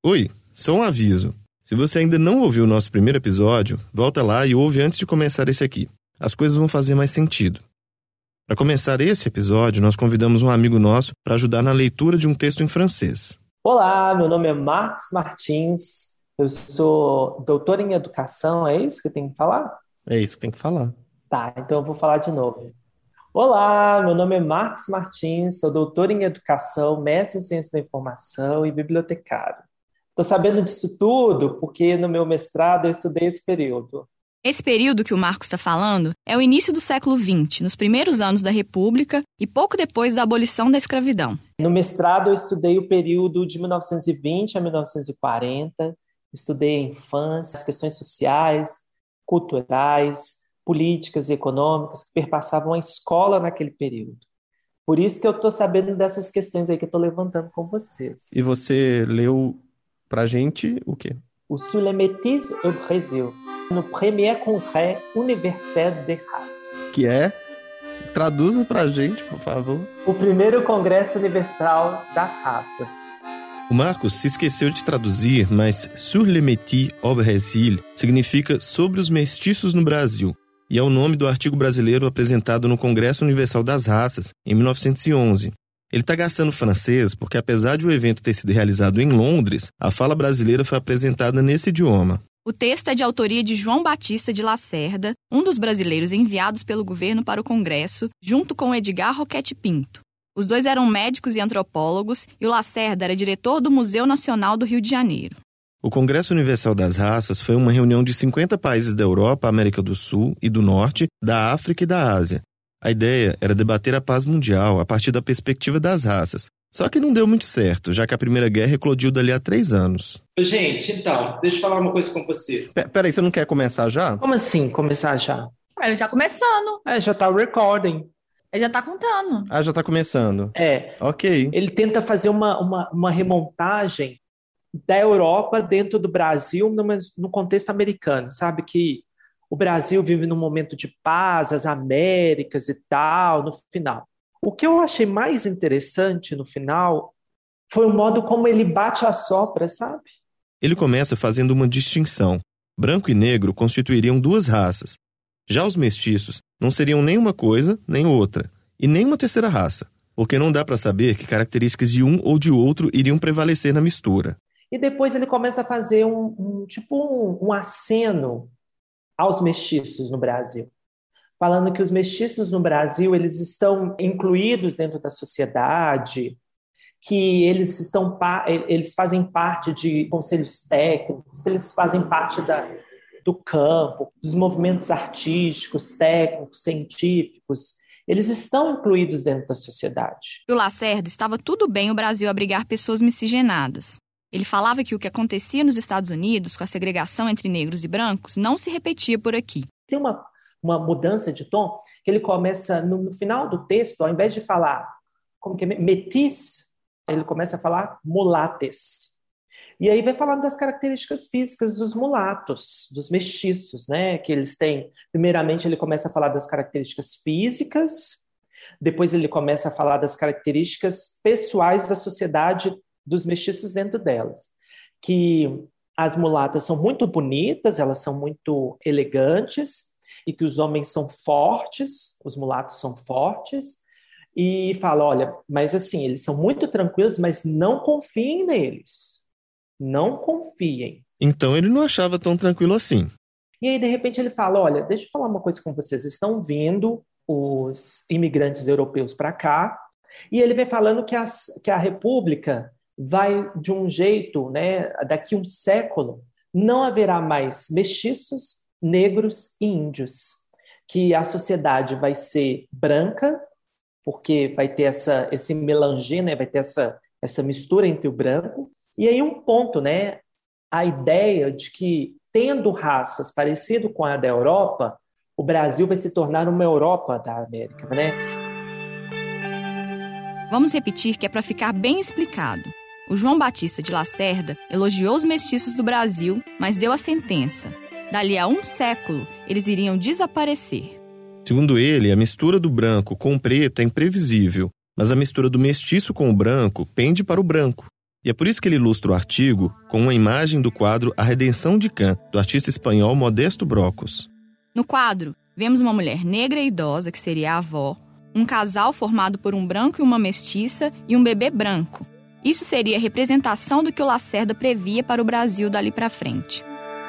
Oi, só um aviso. Se você ainda não ouviu o nosso primeiro episódio, volta lá e ouve antes de começar esse aqui. As coisas vão fazer mais sentido. Para começar esse episódio, nós convidamos um amigo nosso para ajudar na leitura de um texto em francês. Olá, meu nome é Marcos Martins, eu sou doutor em educação, é isso que eu tenho que falar? É isso que tem que falar. Tá, então eu vou falar de novo. Olá, meu nome é Marcos Martins, sou doutor em educação, mestre em ciência da informação e bibliotecário. Estou sabendo disso tudo porque no meu mestrado eu estudei esse período. Esse período que o Marcos está falando é o início do século XX, nos primeiros anos da República e pouco depois da abolição da escravidão. No mestrado eu estudei o período de 1920 a 1940, estudei a infância, as questões sociais, culturais, políticas e econômicas que perpassavam a escola naquele período. Por isso que eu estou sabendo dessas questões aí que eu estou levantando com vocês. E você leu pra gente o quê? O Sur le métis au Brésil, no Premier Congrès Universel des Races. Que é? Traduza pra gente, por favor. O primeiro Congresso Universal das Raças. O Marcos se esqueceu de traduzir, mas Sur les métis au Brésil significa sobre os mestiços no Brasil. E é o nome do artigo brasileiro apresentado no Congresso Universal das Raças, em 1911. Ele está gastando francês porque, apesar de o evento ter sido realizado em Londres, a fala brasileira foi apresentada nesse idioma. O texto é de autoria de João Batista de Lacerda, um dos brasileiros enviados pelo governo para o Congresso, junto com Edgar Roquette Pinto. Os dois eram médicos e antropólogos e o Lacerda era diretor do Museu Nacional do Rio de Janeiro. O Congresso Universal das Raças foi uma reunião de 50 países da Europa, América do Sul e do Norte, da África e da Ásia. A ideia era debater a paz mundial a partir da perspectiva das raças. Só que não deu muito certo, já que a Primeira Guerra eclodiu dali a 3 anos. Gente, então, deixa eu falar uma coisa com vocês. Peraí, você não quer começar já? Como assim, começar já? Ele já começando. Já tá o recording. Ele já tá contando. Ah, já tá começando. Ok. Ele tenta fazer uma remontagem da Europa dentro do Brasil no contexto americano, sabe? Que o Brasil vive num momento de paz, as Américas e tal, no final. O que eu achei mais interessante no final foi o modo como ele bate a sopra, sabe? Ele começa fazendo uma distinção. Branco e negro constituiriam 2 raças. Já os mestiços não seriam nem uma coisa, nem outra. E nem uma terceira raça. Porque não dá para saber que características de um ou de outro iriam prevalecer na mistura. E depois ele começa a fazer um aceno aos mestiços no Brasil, falando que os mestiços no Brasil eles estão incluídos dentro da sociedade, que eles fazem parte de conselhos técnicos, que eles fazem parte do campo, dos movimentos artísticos, técnicos, científicos. Eles estão incluídos dentro da sociedade. Para o Lacerda, estava tudo bem o Brasil abrigar pessoas miscigenadas. Ele falava que o que acontecia nos Estados Unidos com a segregação entre negros e brancos não se repetia por aqui. Tem uma mudança de tom que ele começa, no final do texto, ao invés de falar como que é, metis, ele começa a falar mulates. E aí vai falando das características físicas dos mulatos, dos mestiços, né? Que eles têm. Primeiramente, ele começa a falar das características físicas, depois ele começa a falar das características pessoais da sociedade dos mestiços dentro delas. Que as mulatas são muito bonitas, elas são muito elegantes, e que os homens são fortes, os mulatos são fortes, e fala, olha, mas assim, eles são muito tranquilos, mas não confiem neles. Não confiem. Então ele não achava tão tranquilo assim. E aí, de repente, ele fala, olha, deixa eu falar uma coisa com vocês. Estão vindo os imigrantes europeus para cá, e ele vai falando que a República vai de um jeito, né, daqui um século, não haverá mais mestiços, negros e índios. Que a sociedade vai ser branca, porque vai ter esse melange, né, vai ter essa mistura entre o branco. E aí um ponto, né, a ideia de que, tendo raças parecidas com a da Europa, o Brasil vai se tornar uma Europa da América, né? Vamos repetir que é para ficar bem explicado. O João Batista de Lacerda elogiou os mestiços do Brasil, mas deu a sentença. Dali a um século, eles iriam desaparecer. Segundo ele, a mistura do branco com o preto é imprevisível, mas a mistura do mestiço com o branco pende para o branco. E é por isso que ele ilustra o artigo com uma imagem do quadro A Redenção de Can, do artista espanhol Modesto Brocos. No quadro, vemos uma mulher negra e idosa, que seria a avó, um casal formado por um branco e uma mestiça e um bebê branco. Isso seria a representação do que o Lacerda previa para o Brasil dali para frente.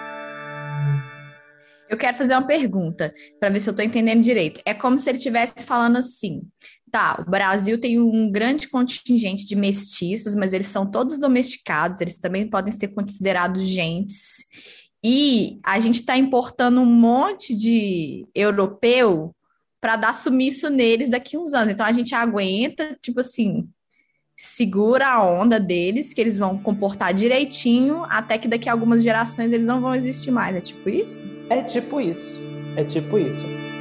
Eu quero fazer uma pergunta, para ver se eu estou entendendo direito. É como se ele estivesse falando assim: tá, o Brasil tem um grande contingente de mestiços, mas eles são todos domesticados, eles também podem ser considerados gentes. E a gente está importando um monte de europeu para dar sumiço neles daqui a uns anos. Então a gente aguenta, tipo assim, segura a onda deles, que eles vão comportar direitinho, até que daqui a algumas gerações eles não vão existir mais. É tipo isso? É tipo isso. É tipo isso.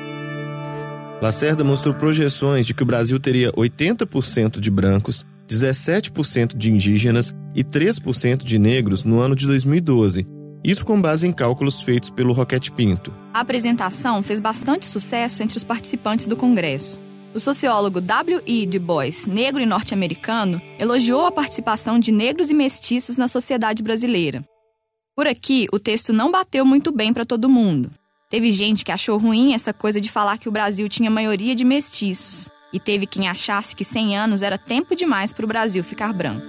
Lacerda mostrou projeções de que o Brasil teria 80% de brancos, 17% de indígenas e 3% de negros no ano de 2012. Isso com base em cálculos feitos pelo Roquete Pinto. A apresentação fez bastante sucesso entre os participantes do Congresso. O sociólogo W.E. Du Bois, negro e norte-americano, elogiou a participação de negros e mestiços na sociedade brasileira. Por aqui, o texto não bateu muito bem para todo mundo. Teve gente que achou ruim essa coisa de falar que o Brasil tinha maioria de mestiços. E teve quem achasse que 100 anos era tempo demais para o Brasil ficar branco.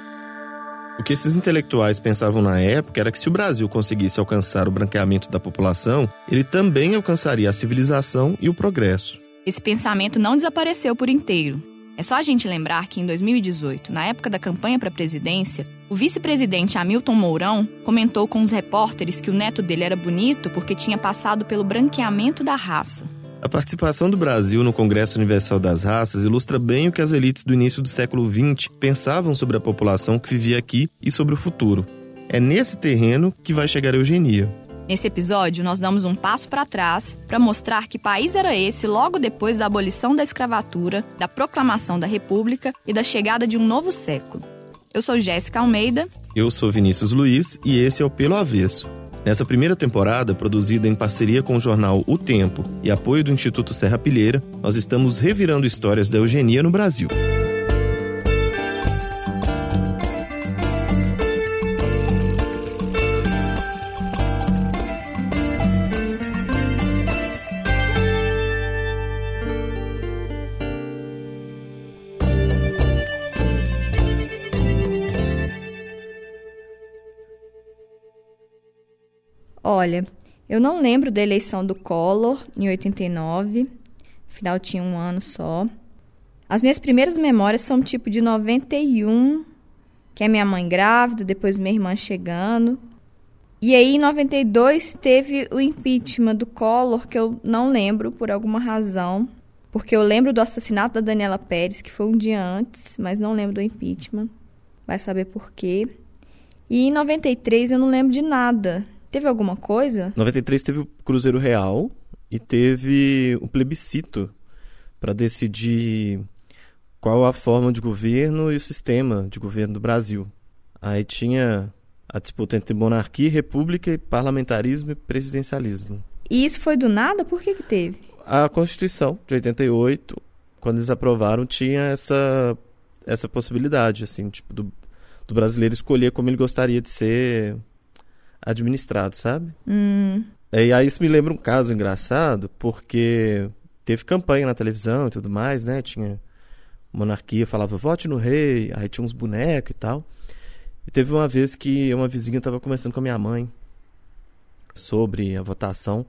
O que esses intelectuais pensavam na época era que se o Brasil conseguisse alcançar o branqueamento da população, ele também alcançaria a civilização e o progresso. Esse pensamento não desapareceu por inteiro. É só a gente lembrar que em 2018, na época da campanha para a presidência, o vice-presidente Hamilton Mourão comentou com os repórteres que o neto dele era bonito porque tinha passado pelo branqueamento da raça. A participação do Brasil no Congresso Universal das Raças ilustra bem o que as elites do início do século XX pensavam sobre a população que vivia aqui e sobre o futuro. É nesse terreno que vai chegar a eugenia. Nesse episódio, nós damos um passo para trás para mostrar que país era esse logo depois da abolição da escravatura, da proclamação da República e da chegada de um novo século. Eu sou Jéssica Almeida. Eu sou Vinícius Luiz e esse é o Pelo Avesso. Nessa primeira temporada, produzida em parceria com o jornal O Tempo e apoio do Instituto Serra Pilheira, nós estamos revirando histórias da eugenia no Brasil. Olha, eu não lembro da eleição do Collor em 89, afinal tinha um ano só. As minhas primeiras memórias são tipo de 91, que é minha mãe grávida, depois minha irmã chegando. E aí em 92 teve o impeachment do Collor, que eu não lembro por alguma razão, porque eu lembro do assassinato da Daniela Pérez, que foi um dia antes, mas não lembro do impeachment, vai saber por quê. E em 93 eu não lembro de nada. Teve alguma coisa? Em 93 teve o Cruzeiro Real e teve o plebiscito para decidir qual a forma de governo e o sistema de governo do Brasil. Aí tinha a disputa entre monarquia, república, parlamentarismo e presidencialismo. E isso foi do nada? Por que teve? A Constituição de 88, quando eles aprovaram, tinha essa possibilidade, assim, tipo, do brasileiro escolher como ele gostaria de ser administrado, sabe? E aí isso me lembra um caso engraçado, porque teve campanha na televisão e tudo mais, né? Tinha monarquia, falava vote no rei, aí tinha uns bonecos e tal. E teve uma vez que uma vizinha estava conversando com a minha mãe sobre a votação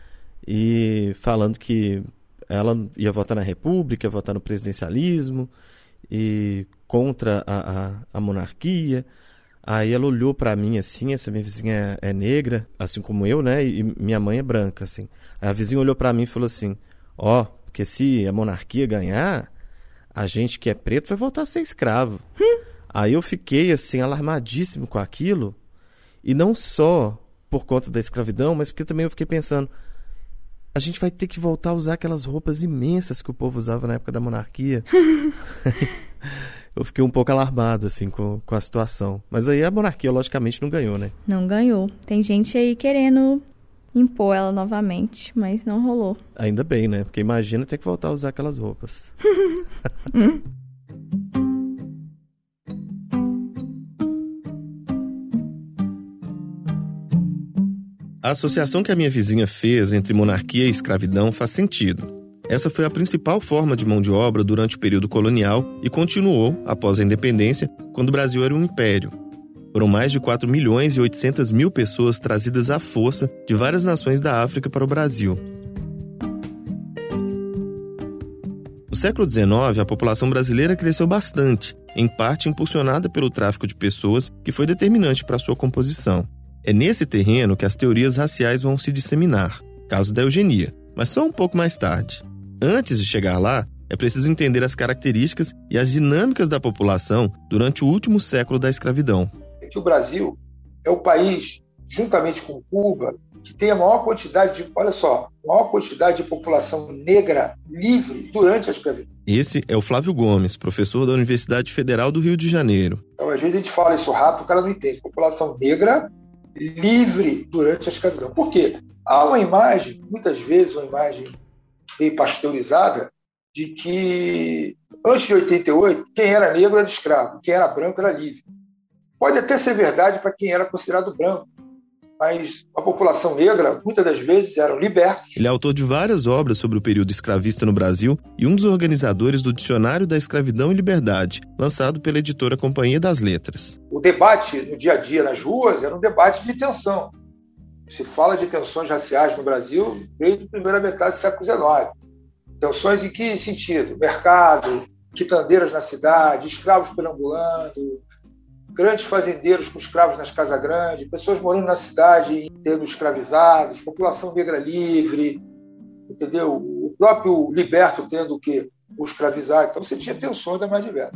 e falando que ela ia votar na república, ia votar no presidencialismo e contra a monarquia. Aí ela olhou pra mim assim, essa minha vizinha é negra, assim como eu, né? E minha mãe é branca, assim. Aí a vizinha olhou pra mim e falou assim, porque se a monarquia ganhar, a gente que é preto vai voltar a ser escravo. Aí eu fiquei, assim, alarmadíssimo com aquilo. E não só por conta da escravidão, mas porque também eu fiquei pensando, a gente vai ter que voltar a usar aquelas roupas imensas que o povo usava na época da monarquia. Eu fiquei um pouco alarmado, assim, com a situação. Mas aí a monarquia, logicamente, não ganhou, né? Não ganhou. Tem gente aí querendo impor ela novamente, mas não rolou. Ainda bem, né? Porque imagina ter que voltar a usar aquelas roupas. A associação que a minha vizinha fez entre monarquia e escravidão faz sentido. Essa foi a principal forma de mão de obra durante o período colonial e continuou após a independência, quando o Brasil era um império. Foram mais de 4.800.000 pessoas trazidas à força de várias nações da África para o Brasil. No século XIX, a população brasileira cresceu bastante, em parte impulsionada pelo tráfico de pessoas, que foi determinante para sua composição. É nesse terreno que as teorias raciais vão se disseminar, caso da eugenia, mas só um pouco mais tarde. Antes de chegar lá, é preciso entender as características e as dinâmicas da população durante o último século da escravidão. É que o Brasil é o país, juntamente com Cuba, que tem a maior quantidade de população negra livre durante a escravidão. Esse é o Flávio Gomes, professor da Universidade Federal do Rio de Janeiro. Então, às vezes a gente fala isso rápido, o cara não entende. População negra livre durante a escravidão. Por quê? Há uma imagem, muitas vezes uma imagem bem pasteurizada, de que antes de 88, quem era negro era escravo, quem era branco era livre. Pode até ser verdade para quem era considerado branco, mas a população negra, muitas das vezes, eram libertos. Ele é autor de várias obras sobre o período escravista no Brasil e um dos organizadores do Dicionário da Escravidão e Liberdade, lançado pela editora Companhia das Letras. O debate no dia a dia nas ruas era um debate de tensão. Se fala de tensões raciais no Brasil desde a primeira metade do século XIX. Tensões em que sentido? Mercado, quitandeiras na cidade, escravos perambulando, grandes fazendeiros com escravos nas casas grandes, pessoas morando na cidade tendo escravizados, população negra livre, entendeu? O próprio liberto tendo o quê? O escravizado. Então você tinha tensões da mais diversas.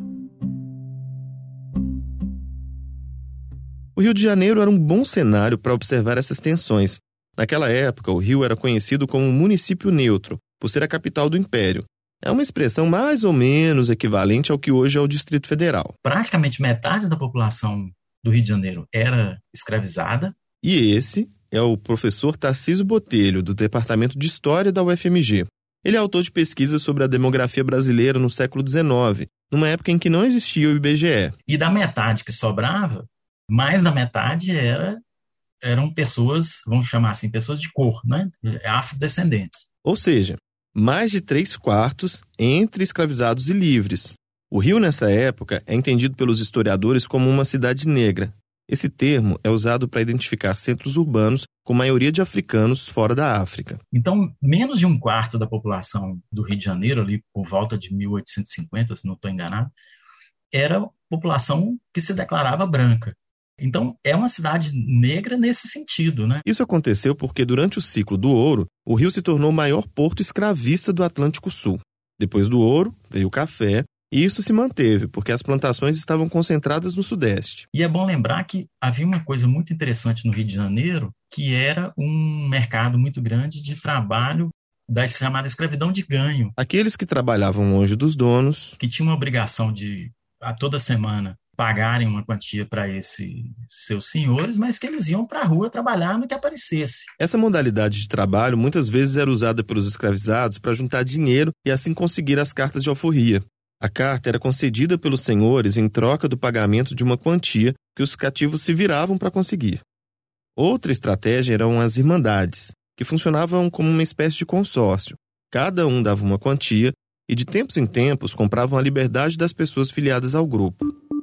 O Rio de Janeiro era um bom cenário para observar essas tensões. Naquela época, o Rio era conhecido como um município neutro, por ser a capital do Império. É uma expressão mais ou menos equivalente ao que hoje é o Distrito Federal. Praticamente metade da população do Rio de Janeiro era escravizada. E esse é o professor Tarcísio Botelho, do Departamento de História da UFMG. Ele é autor de pesquisas sobre a demografia brasileira no século XIX, numa época em que não existia o IBGE. E da metade que sobrava, mais da metade eram pessoas, vamos chamar assim, pessoas de cor, né? Afrodescendentes. Ou seja, mais de 3/4 entre escravizados e livres. O Rio, nessa época, é entendido pelos historiadores como uma cidade negra. Esse termo é usado para identificar centros urbanos com maioria de africanos fora da África. Então, menos de 1/4 da população do Rio de Janeiro, ali por volta de 1850, se não estou enganado, era população que se declarava branca. Então, é uma cidade negra nesse sentido, né? Isso aconteceu porque, durante o ciclo do ouro, o Rio se tornou o maior porto escravista do Atlântico Sul. Depois do ouro, veio o café, e isso se manteve, porque as plantações estavam concentradas no Sudeste. E é bom lembrar que havia uma coisa muito interessante no Rio de Janeiro, que era um mercado muito grande de trabalho da chamada escravidão de ganho. Aqueles que trabalhavam longe dos donos, que tinham a obrigação de, a toda semana, pagarem uma quantia para esses seus senhores, mas que eles iam para a rua trabalhar no que aparecesse. Essa modalidade de trabalho muitas vezes era usada pelos escravizados para juntar dinheiro e assim conseguir as cartas de alforria. A carta era concedida pelos senhores em troca do pagamento de uma quantia que os cativos se viravam para conseguir. Outra estratégia eram as irmandades, que funcionavam como uma espécie de consórcio. Cada um dava uma quantia e de tempos em tempos compravam a liberdade das pessoas filiadas ao grupo.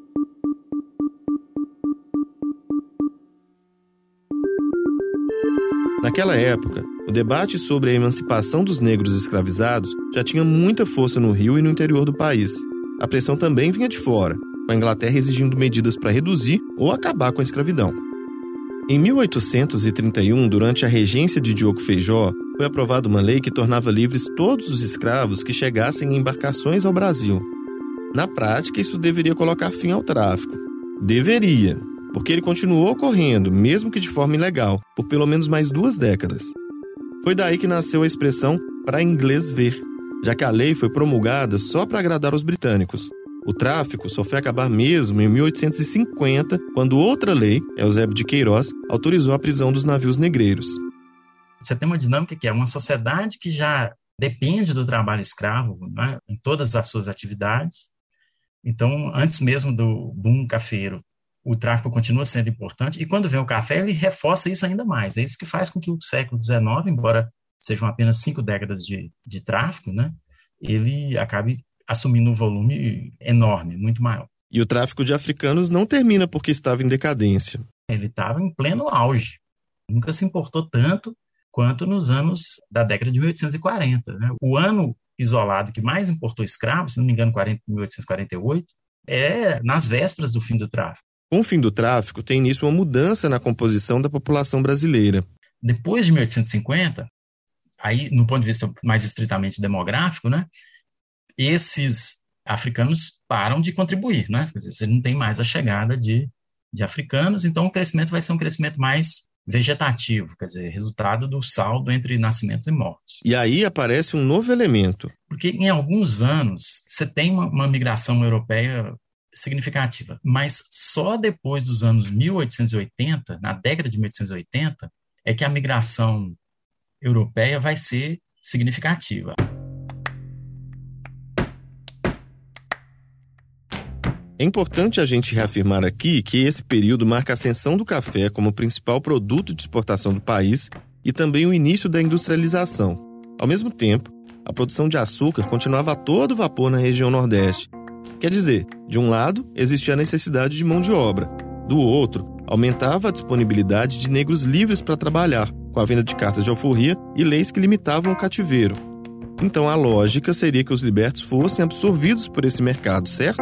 Naquela época, o debate sobre a emancipação dos negros escravizados já tinha muita força no Rio e no interior do país. A pressão também vinha de fora, com a Inglaterra exigindo medidas para reduzir ou acabar com a escravidão. Em 1831, durante a regência de Diogo Feijó, foi aprovada uma lei que tornava livres todos os escravos que chegassem em embarcações ao Brasil. Na prática, isso deveria colocar fim ao tráfico. Deveria, porque ele continuou ocorrendo, mesmo que de forma ilegal, por pelo menos mais 2 décadas. Foi daí que nasceu a expressão "para inglês ver", já que a lei foi promulgada só para agradar os britânicos. O tráfico só foi acabar mesmo em 1850, quando outra lei, Eusébio de Queiroz, autorizou a prisão dos navios negreiros. Você tem uma dinâmica que é uma sociedade que já depende do trabalho escravo, né, em todas as suas atividades. Então, antes mesmo do boom cafeiro, o tráfico continua sendo importante, e quando vem o café, ele reforça isso ainda mais. É isso que faz com que o século XIX, embora sejam apenas 5 décadas de tráfico, né, ele acabe assumindo um volume enorme, muito maior. E o tráfico de africanos não termina porque estava em decadência. Ele estava em pleno auge. Nunca se importou tanto quanto nos anos da década de 1840. Né? O ano isolado que mais importou escravos, se não me engano, 1848, é nas vésperas do fim do tráfico. Com o fim do tráfico, tem início uma mudança na composição da população brasileira. Depois de 1850, aí, no ponto de vista mais estritamente demográfico, né, esses africanos param de contribuir, né? Quer dizer, você não tem mais a chegada de africanos, então o crescimento vai ser um crescimento mais vegetativo, quer dizer, resultado do saldo entre nascimentos e mortes. E aí aparece um novo elemento. Porque em alguns anos você tem uma migração europeia significativa, mas só depois dos anos 1880, na década de 1880, é que a migração europeia vai ser significativa. É importante a gente reafirmar aqui que esse período marca a ascensão do café como principal produto de exportação do país e também o início da industrialização. Ao mesmo tempo, a produção de açúcar continuava a todo vapor na região Nordeste. Quer dizer, de um lado, existia a necessidade de mão de obra. Do outro, aumentava a disponibilidade de negros livres para trabalhar, com a venda de cartas de alforria e leis que limitavam o cativeiro. Então a lógica seria que os libertos fossem absorvidos por esse mercado, certo?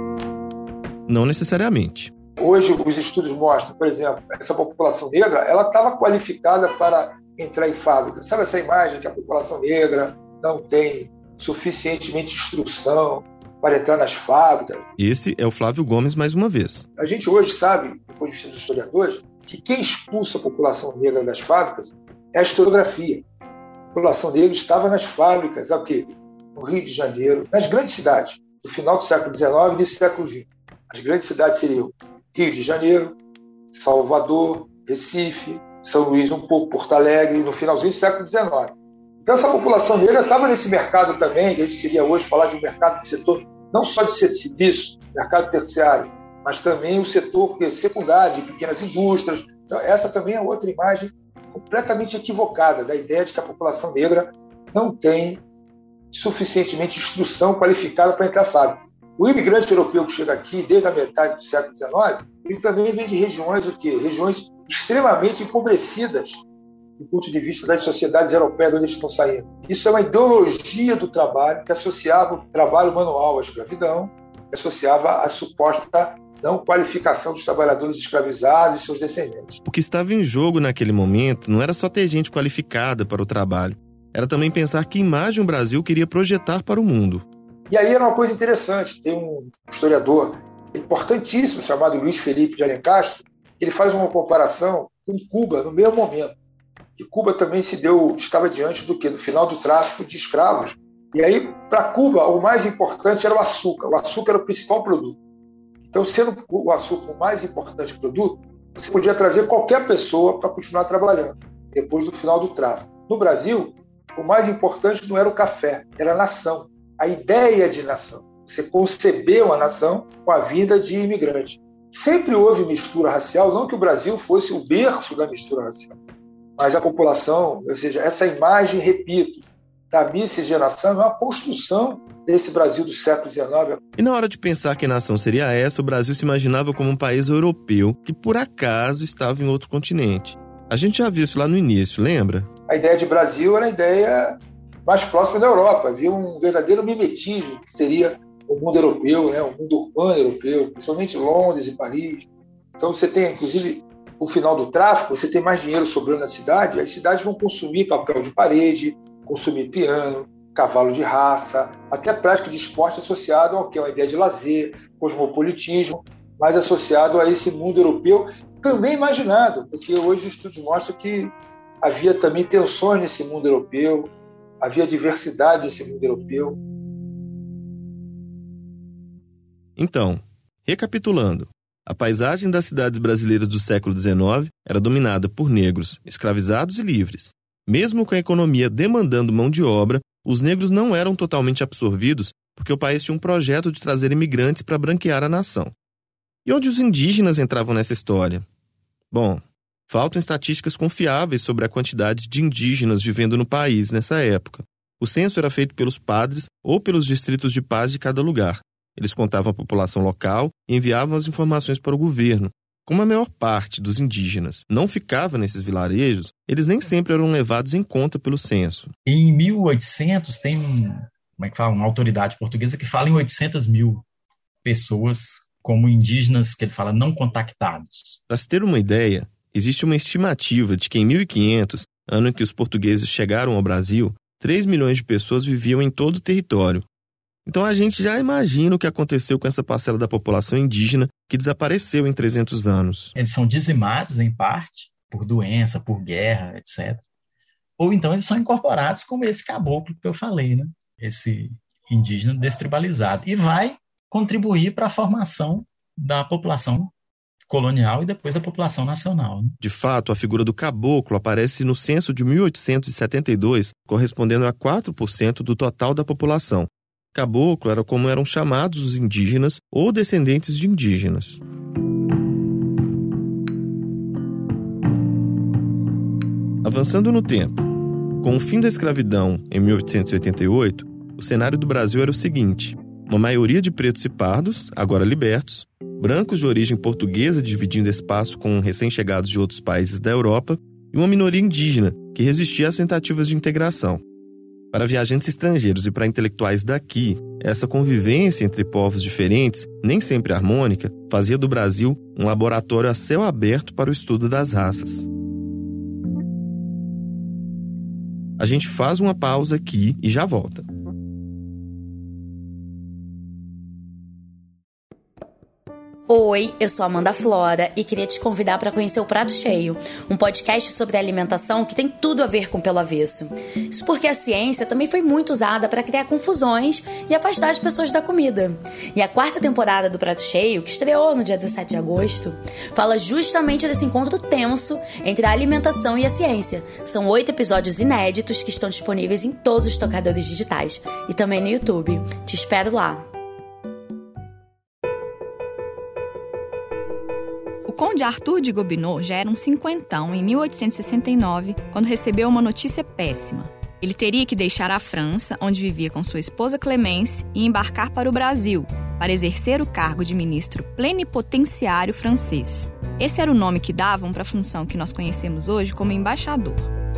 Não necessariamente. Hoje os estudos mostram, por exemplo, essa população negra, ela estava qualificada para entrar em fábrica. Sabe essa imagem que a população negra não tem suficientemente instrução para entrar nas fábricas? Esse é o Flávio Gomes mais uma vez. A gente hoje sabe, depois de estudos dos historiadores, que quem expulsa a população negra das fábricas é a historiografia. A população negra estava nas fábricas, aqui, no Rio de Janeiro, nas grandes cidades, do final do século XIX e início do século XX. As grandes cidades seriam Rio de Janeiro, Salvador, Recife, São Luís, um pouco, Porto Alegre, no finalzinho do século XIX. Então essa população negra estava nesse mercado também, que a gente seria hoje falar de um mercado de setor, não só de serviço, mercado terciário, mas também o setor secundário, de pequenas indústrias. Então essa também é outra imagem completamente equivocada da ideia de que a população negra não tem suficientemente instrução qualificada para entrar na fábrica. O imigrante europeu que chega aqui desde a metade do século XIX, ele também vem de regiões, regiões extremamente empobrecidas do ponto de vista das sociedades europeias onde eles estão saindo. Isso é uma ideologia do trabalho que associava o trabalho manual à escravidão, que associava a suposta não qualificação dos trabalhadores escravizados e seus descendentes. O que estava em jogo naquele momento não era só ter gente qualificada para o trabalho, era também pensar que imagem o Brasil queria projetar para o mundo. E aí era uma coisa interessante, tem um historiador importantíssimo chamado Luiz Felipe de Alencastre, ele faz uma comparação com Cuba no mesmo momento. E Cuba também estava diante do quê? Do final do tráfico de escravos. E aí, para Cuba, o mais importante era o açúcar. O açúcar era o principal produto. Então, sendo o açúcar o mais importante produto, você podia trazer qualquer pessoa para continuar trabalhando, depois do final do tráfico. No Brasil, o mais importante não era o café, era a nação. A ideia de nação. Você concebeu a nação com a vinda de imigrantes. Sempre houve mistura racial, não que o Brasil fosse o berço da mistura racial, mas a população, ou seja, essa imagem, repito, da miscigenação é uma construção desse Brasil do século XIX. E na hora de pensar que nação seria essa, o Brasil se imaginava como um país europeu que por acaso estava em outro continente. A gente já viu isso lá no início, lembra? A ideia de Brasil era a ideia mais próxima da Europa. Havia um verdadeiro mimetismo que seria o mundo europeu, né? O mundo urbano europeu, principalmente Londres e Paris. Então você tem, inclusive, o final do tráfico, você tem mais dinheiro sobrando na cidade, as cidades vão consumir papel de parede, consumir piano, cavalo de raça, até prática de esporte associado ao que é uma ideia de lazer, cosmopolitismo, mas associado a esse mundo europeu, também imaginado, porque hoje os estudos mostram que havia também tensões nesse mundo europeu, havia diversidade nesse mundo europeu. Então, recapitulando, a paisagem das cidades brasileiras do século XIX era dominada por negros, escravizados e livres. Mesmo com a economia demandando mão de obra, os negros não eram totalmente absorvidos porque o país tinha um projeto de trazer imigrantes para branquear a nação. E onde os indígenas entravam nessa história? Bom, faltam estatísticas confiáveis sobre a quantidade de indígenas vivendo no país nessa época. O censo era feito pelos padres ou pelos distritos de paz de cada lugar. Eles contavam a população local e enviavam as informações para o governo. Como a maior parte dos indígenas não ficava nesses vilarejos, eles nem sempre eram levados em conta pelo censo. Em 1800 tem uma autoridade portuguesa que fala em 800 mil pessoas como indígenas, que ele fala, não contactados. Para se ter uma ideia, existe uma estimativa de que em 1500, ano em que os portugueses chegaram ao Brasil, 3 milhões de pessoas viviam em todo o território. Então a gente já imagina o que aconteceu com essa parcela da população indígena que desapareceu em 300 anos. Eles são dizimados, em parte, por doença, por guerra, etc. Ou então eles são incorporados como esse caboclo que eu falei, né? Esse indígena destribalizado. E vai contribuir para a formação da população colonial e depois da população nacional. Né? De fato, a figura do caboclo aparece no censo de 1872, correspondendo a 4% do total da população. Caboclo era como eram chamados os indígenas ou descendentes de indígenas. Avançando no tempo, com o fim da escravidão em 1888, o cenário do Brasil era o seguinte: uma maioria de pretos e pardos, agora libertos, brancos de origem portuguesa dividindo espaço com recém-chegados de outros países da Europa e uma minoria indígena que resistia às tentativas de integração. Para viajantes estrangeiros e para intelectuais daqui, essa convivência entre povos diferentes, nem sempre harmônica, fazia do Brasil um laboratório a céu aberto para o estudo das raças. A gente faz uma pausa aqui e já volta. Oi, eu sou Amanda Flora e queria te convidar para conhecer o Prato Cheio, um podcast sobre alimentação que tem tudo a ver com Pelo Avesso. Isso porque a ciência também foi muito usada para criar confusões e afastar as pessoas da comida. E a 4ª temporada do Prato Cheio, que estreou no dia 17 de agosto, fala justamente desse encontro tenso entre a alimentação e a ciência. São 8 episódios inéditos que estão disponíveis em todos os tocadores digitais e também no YouTube. Te espero lá. O conde Arthur de Gobineau já era um cinquentão em 1869, quando recebeu uma notícia péssima. Ele teria que deixar a França, onde vivia com sua esposa Clemence, e embarcar para o Brasil, para exercer o cargo de ministro plenipotenciário francês. Esse era o nome que davam para a função que nós conhecemos hoje como embaixador.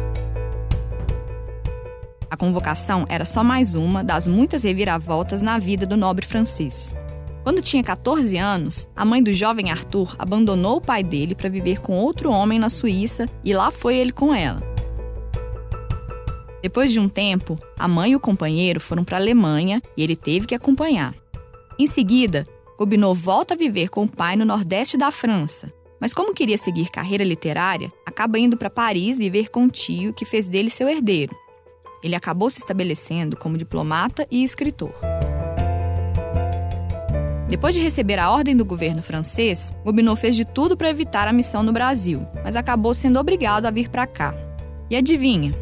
A convocação era só mais uma das muitas reviravoltas na vida do nobre francês. Quando tinha 14 anos, a mãe do jovem Arthur abandonou o pai dele para viver com outro homem na Suíça e lá foi ele com ela. Depois de um tempo, a mãe e o companheiro foram para a Alemanha e ele teve que acompanhar. Em seguida, Gobineau volta a viver com o pai no nordeste da França, mas como queria seguir carreira literária, acaba indo para Paris viver com um tio que fez dele seu herdeiro. Ele acabou se estabelecendo como diplomata e escritor. Depois de receber a ordem do governo francês, Gobineau fez de tudo para evitar a missão no Brasil, mas acabou sendo obrigado a vir para cá. E adivinha?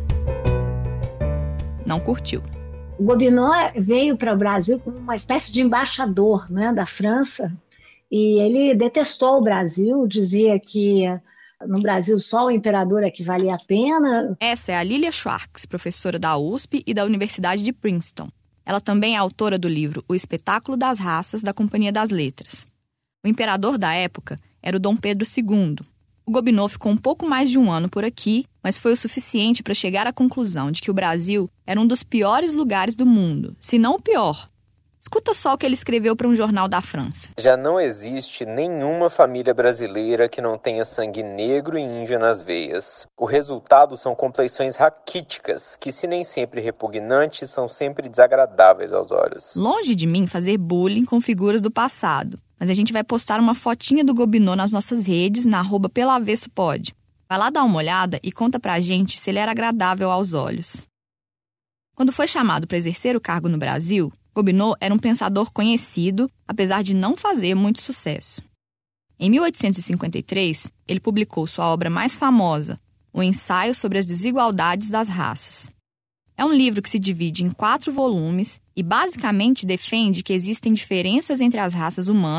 Não curtiu. O Gobineau veio para o Brasil como uma espécie de embaixador, né, da França, e ele detestou o Brasil, dizia que no Brasil só o imperador é que valia a pena. Essa é a Lilia Schwartz, professora da USP e da Universidade de Princeton. Ela também é autora do livro O Espetáculo das Raças, da Companhia das Letras. O imperador da época era o Dom Pedro II. O Gobineau ficou um pouco mais de um ano por aqui, mas foi o suficiente para chegar à conclusão de que o Brasil era um dos piores lugares do mundo, se não o pior. Escuta só o que ele escreveu para um jornal da França. Já não existe nenhuma família brasileira que não tenha sangue negro e índio nas veias. O resultado são compleições raquíticas, que se nem sempre repugnantes, são sempre desagradáveis aos olhos. Longe de mim fazer bullying com figuras do passado, mas a gente vai postar uma fotinha do Gobineau nas nossas redes, na @pelavessopod. Vai lá dar uma olhada e conta pra gente se ele era agradável aos olhos. Quando foi chamado para exercer o cargo no Brasil, Gobineau era um pensador conhecido, apesar de não fazer muito sucesso. Em 1853, ele publicou sua obra mais famosa, O Ensaio sobre as Desigualdades das Raças. É um livro que se divide em 4 volumes e basicamente defende que existem diferenças entre as raças humanas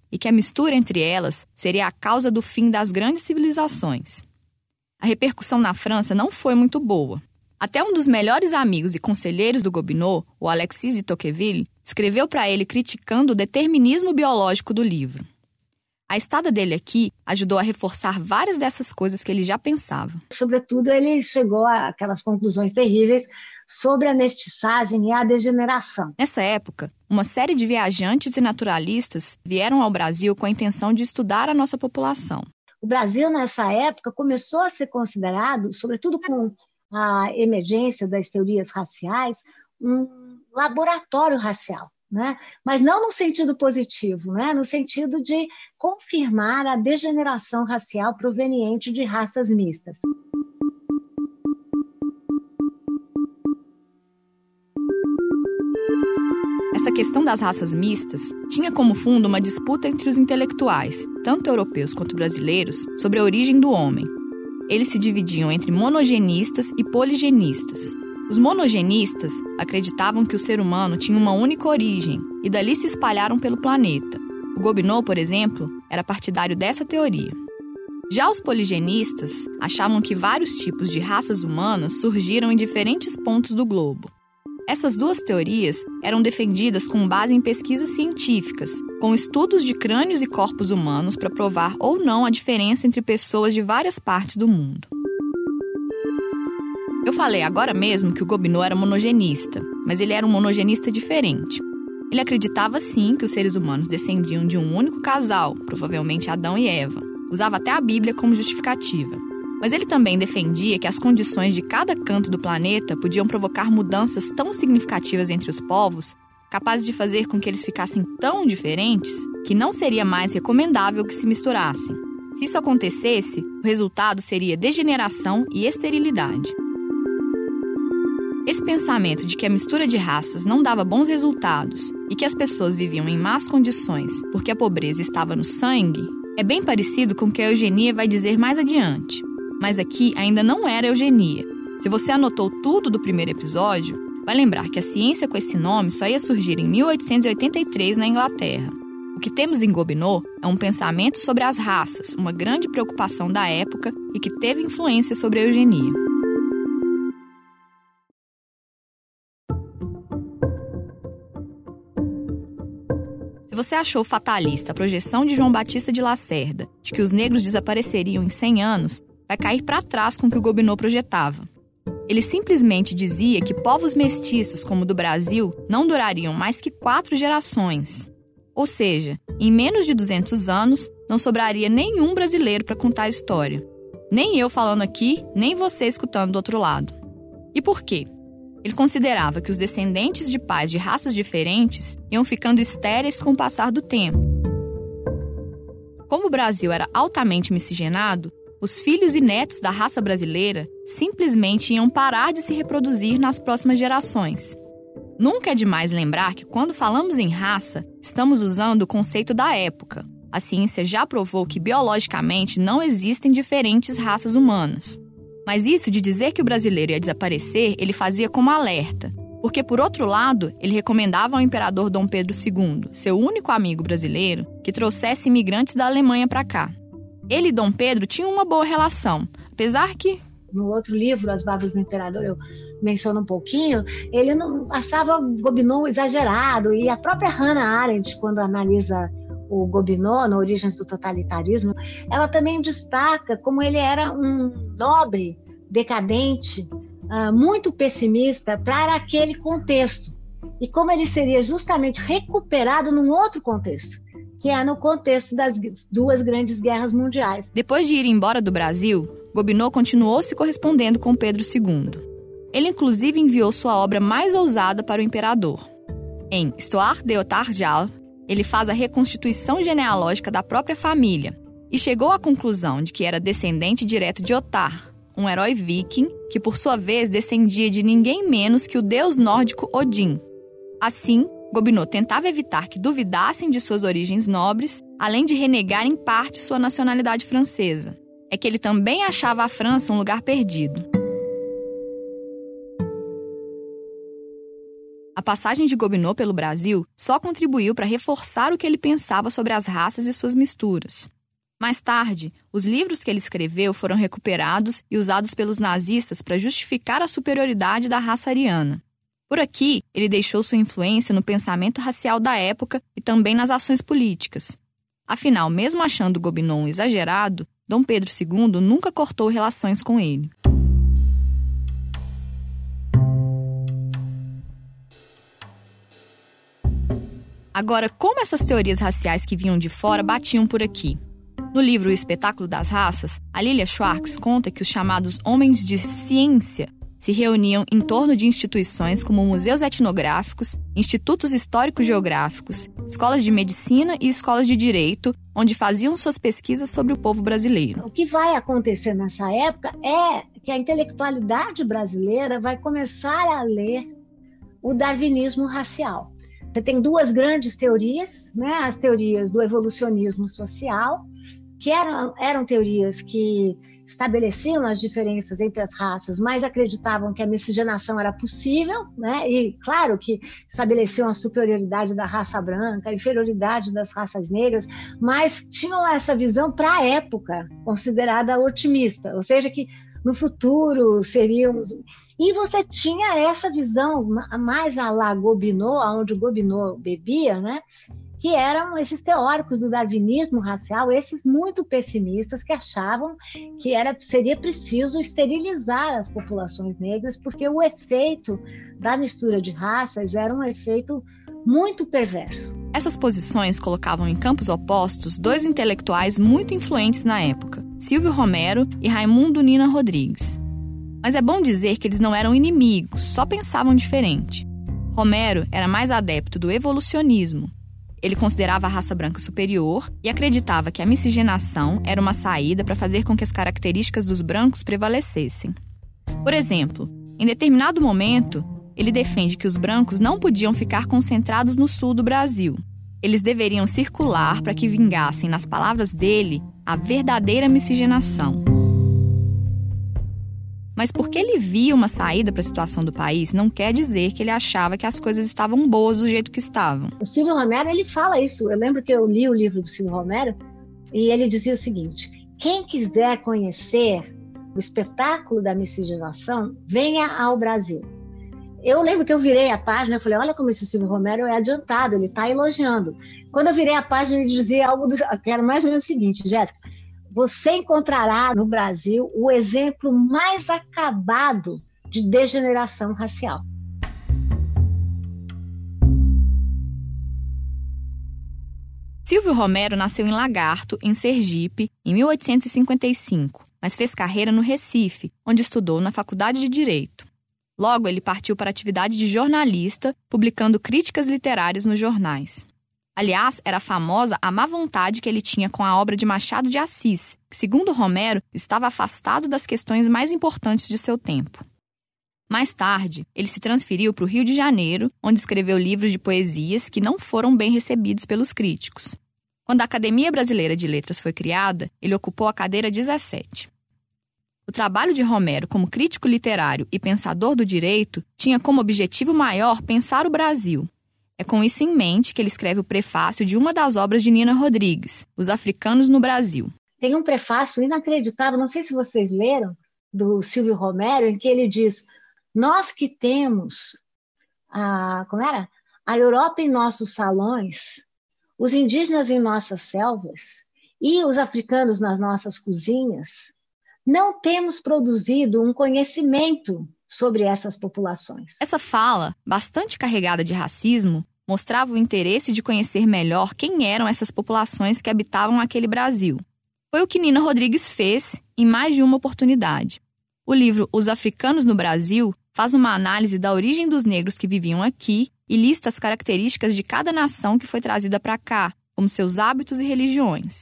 e que a mistura entre elas seria a causa do fim das grandes civilizações. A repercussão na França não foi muito boa. Até um dos melhores amigos e conselheiros do Gobineau, o Alexis de Tocqueville, escreveu para ele criticando o determinismo biológico do livro. A estada dele aqui ajudou a reforçar várias dessas coisas que ele já pensava. Sobretudo, ele chegou àquelas conclusões terríveis sobre a mestiçagem e a degeneração. Nessa época, uma série de viajantes e naturalistas vieram ao Brasil com a intenção de estudar a nossa população. O Brasil, nessa época, começou a ser considerado, sobretudo com a emergência das teorias raciais, um laboratório racial, né? Mas não no sentido positivo, né? No sentido de confirmar a degeneração racial proveniente de raças mistas. Essa questão das raças mistas tinha como fundo uma disputa entre os intelectuais, tanto europeus quanto brasileiros, sobre a origem do homem. Eles se dividiam entre monogenistas e poligenistas. Os monogenistas acreditavam que o ser humano tinha uma única origem e dali se espalharam pelo planeta. O Gobineau, por exemplo, era partidário dessa teoria. Já os poligenistas achavam que vários tipos de raças humanas surgiram em diferentes pontos do globo. Essas duas teorias eram defendidas com base em pesquisas científicas, com estudos de crânios e corpos humanos para provar ou não a diferença entre pessoas de várias partes do mundo. Eu falei agora mesmo que o Gobineau era monogenista, mas ele era um monogenista diferente. Ele acreditava sim que os seres humanos descendiam de um único casal, provavelmente Adão e Eva. Usava até a Bíblia como justificativa. Mas ele também defendia que as condições de cada canto do planeta podiam provocar mudanças tão significativas entre os povos, capazes de fazer com que eles ficassem tão diferentes, que não seria mais recomendável que se misturassem. Se isso acontecesse, o resultado seria degeneração e esterilidade. Esse pensamento de que a mistura de raças não dava bons resultados e que as pessoas viviam em más condições porque a pobreza estava no sangue é bem parecido com o que a eugenia vai dizer mais adiante. Mas aqui ainda não era eugenia. Se você anotou tudo do primeiro episódio, vai lembrar que a ciência com esse nome só ia surgir em 1883 na Inglaterra. O que temos em Gobineau é um pensamento sobre as raças, uma grande preocupação da época e que teve influência sobre a eugenia. Se você achou fatalista a projeção de João Batista de Lacerda de que os negros desapareceriam em 100 anos, vai cair para trás com o que o Gobineau projetava. Ele simplesmente dizia que povos mestiços como o do Brasil não durariam mais que 4 gerações. Ou seja, em menos de 200 anos, não sobraria nenhum brasileiro para contar a história. Nem eu falando aqui, nem você escutando do outro lado. E por quê? Ele considerava que os descendentes de pais de raças diferentes iam ficando estéreis com o passar do tempo. Como o Brasil era altamente miscigenado, os filhos e netos da raça brasileira simplesmente iam parar de se reproduzir nas próximas gerações. Nunca é demais lembrar que quando falamos em raça, estamos usando o conceito da época. A ciência já provou que biologicamente não existem diferentes raças humanas. Mas isso de dizer que o brasileiro ia desaparecer, ele fazia como alerta. Porque, por outro lado, ele recomendava ao imperador Dom Pedro II, seu único amigo brasileiro, que trouxesse imigrantes da Alemanha para cá. Ele e Dom Pedro tinham uma boa relação, apesar que... No outro livro, As Barbas do Imperador, eu menciono um pouquinho, ele não achava Gobineau exagerado, e a própria Hannah Arendt, quando analisa o Gobineau, no Origens do Totalitarismo, ela também destaca como ele era um nobre, decadente, muito pessimista para aquele contexto, e como ele seria justamente recuperado num outro contexto, que é no contexto das 2 grandes guerras mundiais. Depois de ir embora do Brasil, Gobineau continuou se correspondendo com Pedro II. Ele inclusive enviou sua obra mais ousada para o imperador. Em Histoire de Otarjal, ele faz a reconstituição genealógica da própria família e chegou à conclusão de que era descendente direto de Otar, um herói viking que, por sua vez, descendia de ninguém menos que o deus nórdico Odin. Assim, Gobineau tentava evitar que duvidassem de suas origens nobres, além de renegar em parte sua nacionalidade francesa. É que ele também achava a França um lugar perdido. A passagem de Gobineau pelo Brasil só contribuiu para reforçar o que ele pensava sobre as raças e suas misturas. Mais tarde, os livros que ele escreveu foram recuperados e usados pelos nazistas para justificar a superioridade da raça ariana. Por aqui, ele deixou sua influência no pensamento racial da época e também nas ações políticas. Afinal, mesmo achando Gobineau um exagerado, Dom Pedro II nunca cortou relações com ele. Agora, como essas teorias raciais que vinham de fora batiam por aqui? No livro O Espetáculo das Raças, a Lilia Schwartz conta que os chamados homens de ciência se reuniam em torno de instituições como museus etnográficos, institutos históricos-geográficos, escolas de medicina e escolas de direito, onde faziam suas pesquisas sobre o povo brasileiro. O que vai acontecer nessa época é que a intelectualidade brasileira vai começar a ler o darwinismo racial. Você tem duas grandes teorias, né? As teorias do evolucionismo social, que eram teorias que estabeleciam as diferenças entre as raças, mas acreditavam que a miscigenação era possível, né? E claro que estabeleciam a superioridade da raça branca, a inferioridade das raças negras, mas tinham essa visão para a época considerada otimista, ou seja, que no futuro seríamos... E você tinha essa visão mais à la Gobineau, onde Gobineau bebia, né? Que eram esses teóricos do darwinismo racial, esses muito pessimistas que achavam que seria preciso esterilizar as populações negras, porque o efeito da mistura de raças era um efeito muito perverso. Essas posições colocavam em campos opostos dois intelectuais muito influentes na época, Silvio Romero e Raimundo Nina Rodrigues. Mas é bom dizer que eles não eram inimigos, só pensavam diferente. Romero era mais adepto do evolucionismo. Ele considerava a raça branca superior e acreditava que a miscigenação era uma saída para fazer com que as características dos brancos prevalecessem. Por exemplo, em determinado momento, ele defende que os brancos não podiam ficar concentrados no sul do Brasil. Eles deveriam circular para que vingassem, nas palavras dele, a verdadeira miscigenação. Mas porque ele via uma saída para a situação do país, não quer dizer que ele achava que as coisas estavam boas do jeito que estavam. O Silvio Romero, ele fala isso. Eu lembro que eu li o livro do Silvio Romero e ele dizia o seguinte: quem quiser conhecer o espetáculo da miscigenação, venha ao Brasil. Eu lembro que eu virei a página e falei, olha como esse Silvio Romero é adiantado, ele está elogiando. Quando eu virei a página, ele dizia algo que era mais ou menos o seguinte: Jéssica, você encontrará no Brasil o exemplo mais acabado de degeneração racial. Silvio Romero nasceu em Lagarto, em Sergipe, em 1855, mas fez carreira no Recife, onde estudou na Faculdade de Direito. Logo, ele partiu para a atividade de jornalista, publicando críticas literárias nos jornais. Aliás, era famosa a má vontade que ele tinha com a obra de Machado de Assis, que, segundo Romero, estava afastado das questões mais importantes de seu tempo. Mais tarde, ele se transferiu para o Rio de Janeiro, onde escreveu livros de poesias que não foram bem recebidos pelos críticos. Quando a Academia Brasileira de Letras foi criada, ele ocupou a cadeira 17. O trabalho de Romero como crítico literário e pensador do direito tinha como objetivo maior pensar o Brasil. É com isso em mente que ele escreve o prefácio de uma das obras de Nina Rodrigues, Os Africanos no Brasil. Tem um prefácio inacreditável, não sei se vocês leram, do Silvio Romero, em que ele diz: nós que temos a Europa em nossos salões, os indígenas em nossas selvas e os africanos nas nossas cozinhas, não temos produzido um conhecimento sobre essas populações. Essa fala, bastante carregada de racismo, mostrava o interesse de conhecer melhor quem eram essas populações que habitavam aquele Brasil. Foi o que Nina Rodrigues fez em mais de uma oportunidade. O livro Os Africanos no Brasil faz uma análise da origem dos negros que viviam aqui e lista as características de cada nação que foi trazida para cá, como seus hábitos e religiões.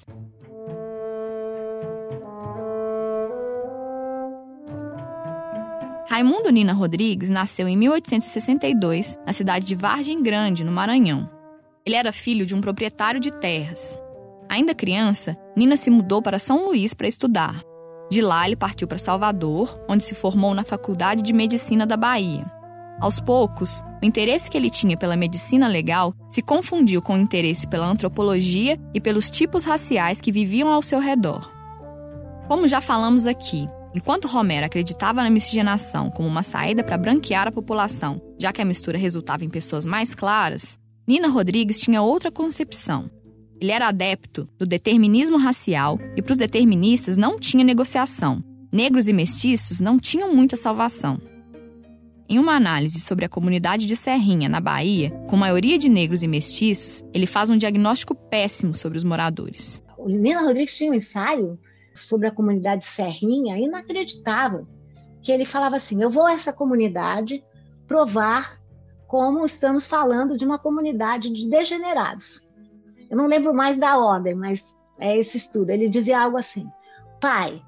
Raimundo Nina Rodrigues nasceu em 1862, na cidade de Vargem Grande, no Maranhão. Ele era filho de um proprietário de terras. Ainda criança, Nina se mudou para São Luís para estudar. De lá, ele partiu para Salvador, onde se formou na Faculdade de Medicina da Bahia. Aos poucos, o interesse que ele tinha pela medicina legal se confundiu com o interesse pela antropologia e pelos tipos raciais que viviam ao seu redor. Como já falamos aqui, enquanto Romero acreditava na miscigenação como uma saída para branquear a população, já que a mistura resultava em pessoas mais claras, Nina Rodrigues tinha outra concepção. Ele era adepto do determinismo racial e para os deterministas não tinha negociação. Negros e mestiços não tinham muita salvação. Em uma análise sobre a comunidade de Serrinha, na Bahia, com maioria de negros e mestiços, ele faz um diagnóstico péssimo sobre os moradores. O Nina Rodrigues tinha um ensaio sobre a comunidade Serrinha inacreditável, que ele falava assim: eu vou a essa comunidade provar como estamos falando de uma comunidade de degenerados. Eu não lembro mais da ordem, mas é esse estudo. Ele dizia algo assim: pai,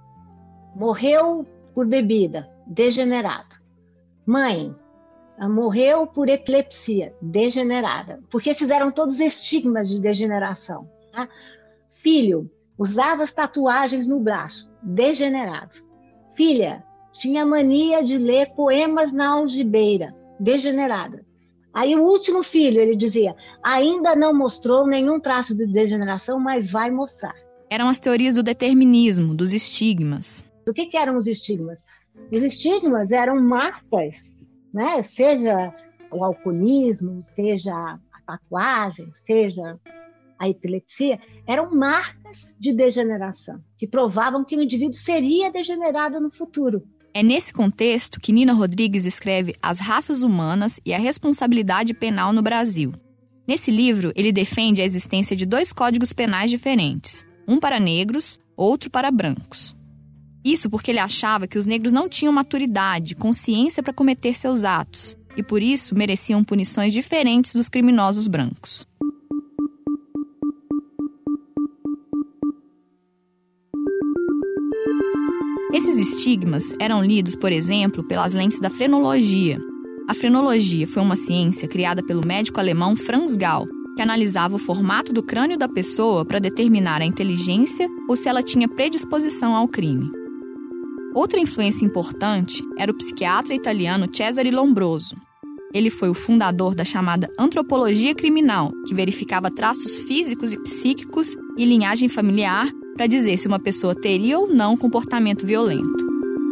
morreu por bebida, degenerado. Mãe, morreu por epilepsia, degenerada. Porque esses eram todos estigmas de degeneração. Tá? Filho, usava as tatuagens no braço, degenerado. Filha, tinha mania de ler poemas na algibeira, degenerada. Aí o último filho, ele dizia, ainda não mostrou nenhum traço de degeneração, mas vai mostrar. Eram as teorias do determinismo, dos estigmas. O que eram os estigmas? Os estigmas eram marcas, né? Seja o alcoolismo, seja a tatuagem, seja a epilepsia, eram marcas de degeneração, que provavam que o indivíduo seria degenerado no futuro. É nesse contexto que Nina Rodrigues escreve As Raças Humanas e a Responsabilidade Penal no Brasil. Nesse livro, ele defende a existência de 2 códigos penais diferentes, um para negros, outro para brancos. Isso porque ele achava que os negros não tinham maturidade, consciência para cometer seus atos, e por isso mereciam punições diferentes dos criminosos brancos. Esses estigmas eram lidos, por exemplo, pelas lentes da frenologia. A frenologia foi uma ciência criada pelo médico alemão Franz Gall, que analisava o formato do crânio da pessoa para determinar a inteligência ou se ela tinha predisposição ao crime. Outra influência importante era o psiquiatra italiano Cesare Lombroso. Ele foi o fundador da chamada antropologia criminal, que verificava traços físicos e psíquicos e linhagem familiar para dizer se uma pessoa teria ou não comportamento violento.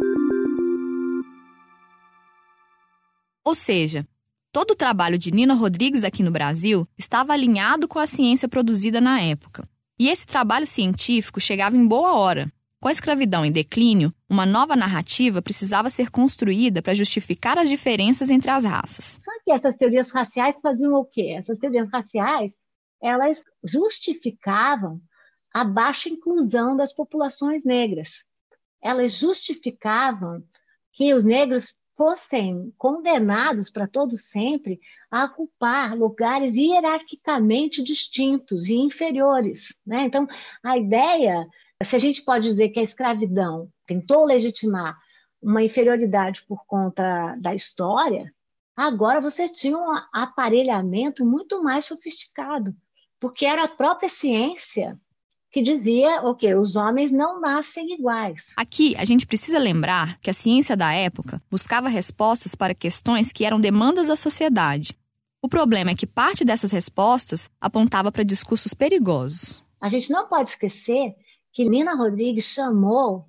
Ou seja, todo o trabalho de Nina Rodrigues aqui no Brasil estava alinhado com a ciência produzida na época. E esse trabalho científico chegava em boa hora. Com a escravidão em declínio, uma nova narrativa precisava ser construída para justificar as diferenças entre as raças. Só que essas teorias raciais faziam o quê? Essas teorias raciais, elas justificavam a baixa inclusão das populações negras. Elas justificavam que os negros fossem condenados para todo sempre a ocupar lugares hierarquicamente distintos e inferiores, né? Então, a ideia, se a gente pode dizer que a escravidão tentou legitimar uma inferioridade por conta da história, agora você tinha um aparelhamento muito mais sofisticado, porque era a própria ciência que dizia, os homens não nascem iguais. Aqui, a gente precisa lembrar que a ciência da época buscava respostas para questões que eram demandas da sociedade. O problema é que parte dessas respostas apontava para discursos perigosos. A gente não pode esquecer que Nina Rodrigues chamou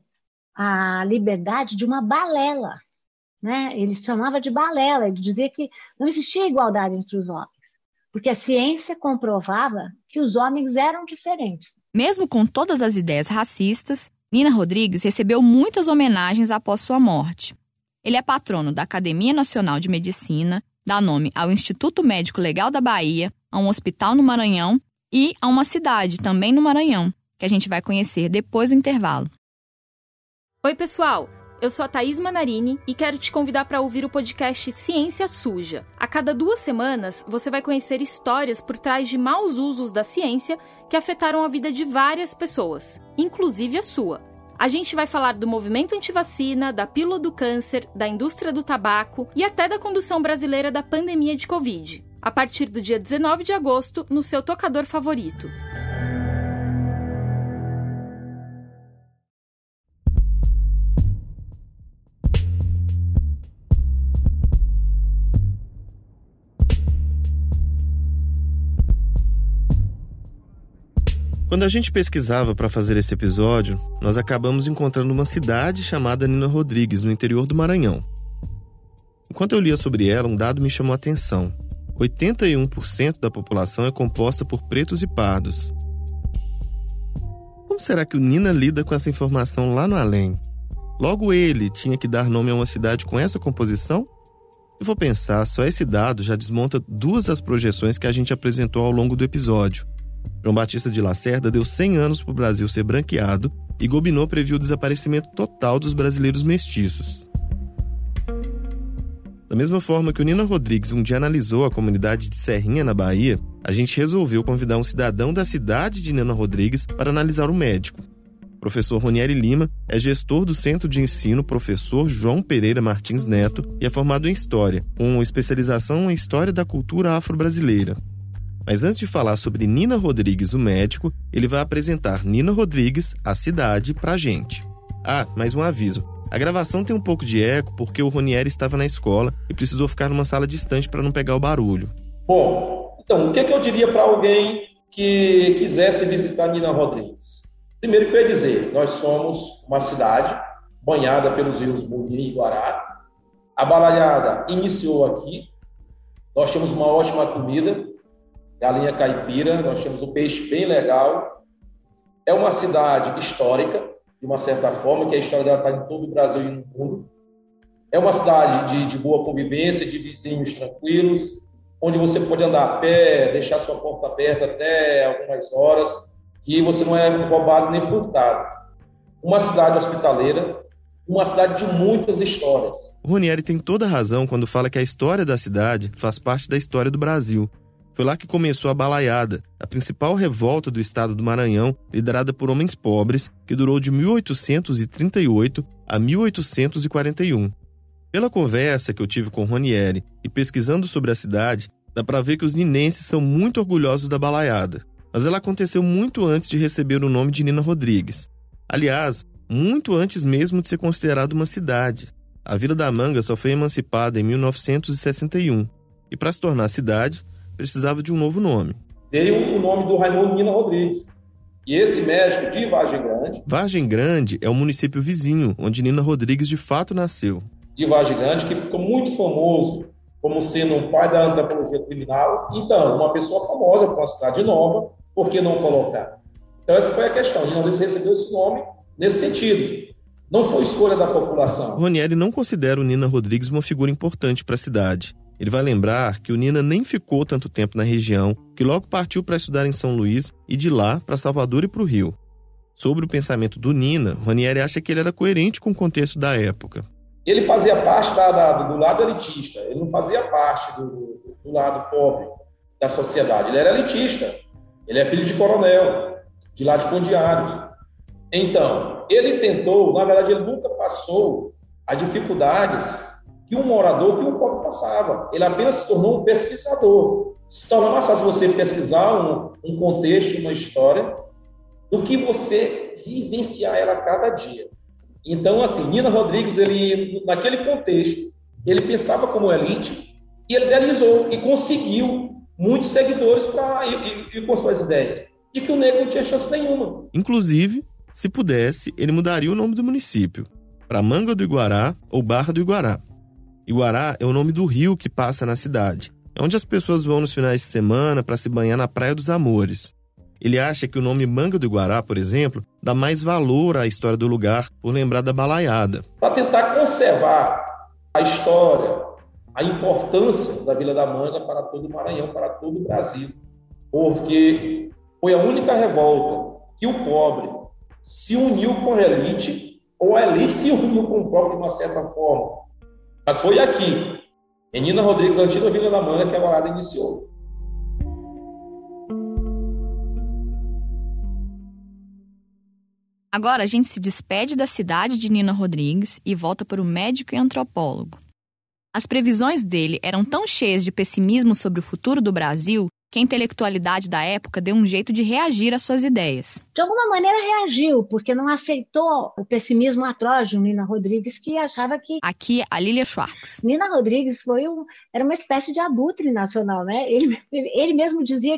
a liberdade de uma balela, né? Ele chamava de balela, ele dizia que não existia igualdade entre os homens, porque a ciência comprovava que os homens eram diferentes. Mesmo com todas as ideias racistas, Nina Rodrigues recebeu muitas homenagens após sua morte. Ele é patrono da Academia Nacional de Medicina, dá nome ao Instituto Médico Legal da Bahia, a um hospital no Maranhão e a uma cidade também no Maranhão, que a gente vai conhecer depois do intervalo. Oi, pessoal! Eu sou a Thaís Manarini e quero te convidar para ouvir o podcast Ciência Suja. A cada 2 semanas, você vai conhecer histórias por trás de maus usos da ciência que afetaram a vida de várias pessoas, inclusive a sua. A gente vai falar do movimento antivacina, da pílula do câncer, da indústria do tabaco e até da condução brasileira da pandemia de Covid. A partir do dia 19 de agosto, no seu tocador favorito. Quando a gente pesquisava para fazer esse episódio, nós acabamos encontrando uma cidade chamada Nina Rodrigues, no interior do Maranhão. Enquanto eu lia sobre ela, um dado me chamou a atenção. 81% da população é composta por pretos e pardos. Como será que o Nina lida com essa informação lá no além? Logo ele tinha que dar nome a uma cidade com essa composição? Se for pensar, só esse dado já desmonta 2 das projeções que a gente apresentou ao longo do episódio. João Batista de Lacerda deu 100 anos para o Brasil ser branqueado e Gobineau previu o desaparecimento total dos brasileiros mestiços. Da mesma forma que o Nina Rodrigues um dia analisou a comunidade de Serrinha, na Bahia, a gente resolveu convidar um cidadão da cidade de Nina Rodrigues para analisar o médico. O professor Ronieri Lima é gestor do Centro de Ensino Professor João Pereira Martins Neto e é formado em História, com especialização em História da Cultura Afro-Brasileira. Mas antes de falar sobre Nina Rodrigues, o médico, ele vai apresentar Nina Rodrigues, a cidade, pra gente. Ah, mais um aviso. A gravação tem um pouco de eco porque o Ronieri estava na escola e precisou ficar numa sala distante para não pegar o barulho. Bom, então, o que eu diria para alguém que quisesse visitar Nina Rodrigues? Primeiro que eu ia dizer, nós somos uma cidade banhada pelos rios Munim e Guará. A Balaiada iniciou aqui. Nós temos uma ótima comida, galinha caipira, nós temos um peixe bem legal. É uma cidade histórica, de uma certa forma, que a história dela está em todo o Brasil e no mundo. É uma cidade de boa convivência, de vizinhos tranquilos, onde você pode andar a pé, deixar sua porta aberta até algumas horas, que você não é roubado nem furtado. Uma cidade hospitaleira, uma cidade de muitas histórias. O Ronieri tem toda a razão quando fala que a história da cidade faz parte da história do Brasil. Foi lá que começou a Balaiada, a principal revolta do estado do Maranhão, liderada por homens pobres, que durou de 1838 a 1841. Pela conversa que eu tive com o Ronieri e pesquisando sobre a cidade, dá para ver que os ninenses são muito orgulhosos da Balaiada. Mas ela aconteceu muito antes de receber o nome de Nina Rodrigues. Aliás, muito antes mesmo de ser considerada uma cidade. A Vila da Manga só foi emancipada em 1961. E para se tornar cidade, precisava de um novo nome. Veio o nome do Raimundo Nina Rodrigues. E esse médico de Vargem Grande... Vargem Grande é o município vizinho, onde Nina Rodrigues de fato nasceu. De Vargem Grande, que ficou muito famoso como sendo um pai da antropologia criminal. Então, uma pessoa famosa para uma cidade nova, por que não colocar? Então, essa foi a questão. Nina Rodrigues recebeu esse nome nesse sentido. Não foi escolha da população. Ronieri não considera o Nina Rodrigues uma figura importante para a cidade. Ele vai lembrar que o Nina nem ficou tanto tempo na região, que logo partiu para estudar em São Luís e de lá para Salvador e para o Rio. Sobre o pensamento do Nina, Ronieri acha que ele era coerente com o contexto da época. Ele fazia parte do lado elitista, ele não fazia parte do lado pobre da sociedade. Ele era elitista, ele é filho de coronel, de latifundiários. Então, ele tentou, na verdade, ele nunca passou as dificuldades que um morador, que um pobre passava. Ele apenas se tornou um pesquisador. Se torna mais fácil você pesquisar um contexto, uma história, do que você vivenciar ela a cada dia. Então, assim, Nina Rodrigues, ele, naquele contexto, ele pensava como elite e ele idealizou e conseguiu muitos seguidores para ir com suas ideias. De que o negro não tinha chance nenhuma. Inclusive, se pudesse, ele mudaria o nome do município para Manga do Iguará ou Barra do Iguará. Iguará é o nome do rio que passa na cidade. É onde as pessoas vão nos finais de semana para se banhar na Praia dos Amores. Ele acha que o nome Manga do Iguará, por exemplo, dá mais valor à história do lugar por lembrar da Balaiada. Para tentar conservar a história, a importância da Vila da Manga para todo o Maranhão, para todo o Brasil. Porque foi a única revolta que o pobre se uniu com a elite, ou a elite se uniu com o pobre de uma certa forma. Mas foi aqui, em Nina Rodrigues, a antiga Vila da Manga, que a balada iniciou. Agora a gente se despede da cidade de Nina Rodrigues e volta para o médico e antropólogo. As previsões dele eram tão cheias de pessimismo sobre o futuro do Brasil que a intelectualidade da época deu um jeito de reagir às suas ideias. De alguma maneira reagiu, porque não aceitou o pessimismo atroz de Nina Rodrigues, que achava que... Aqui, a Lília Schwartz. Nina Rodrigues era uma espécie de abutre nacional, né? Ele mesmo dizia que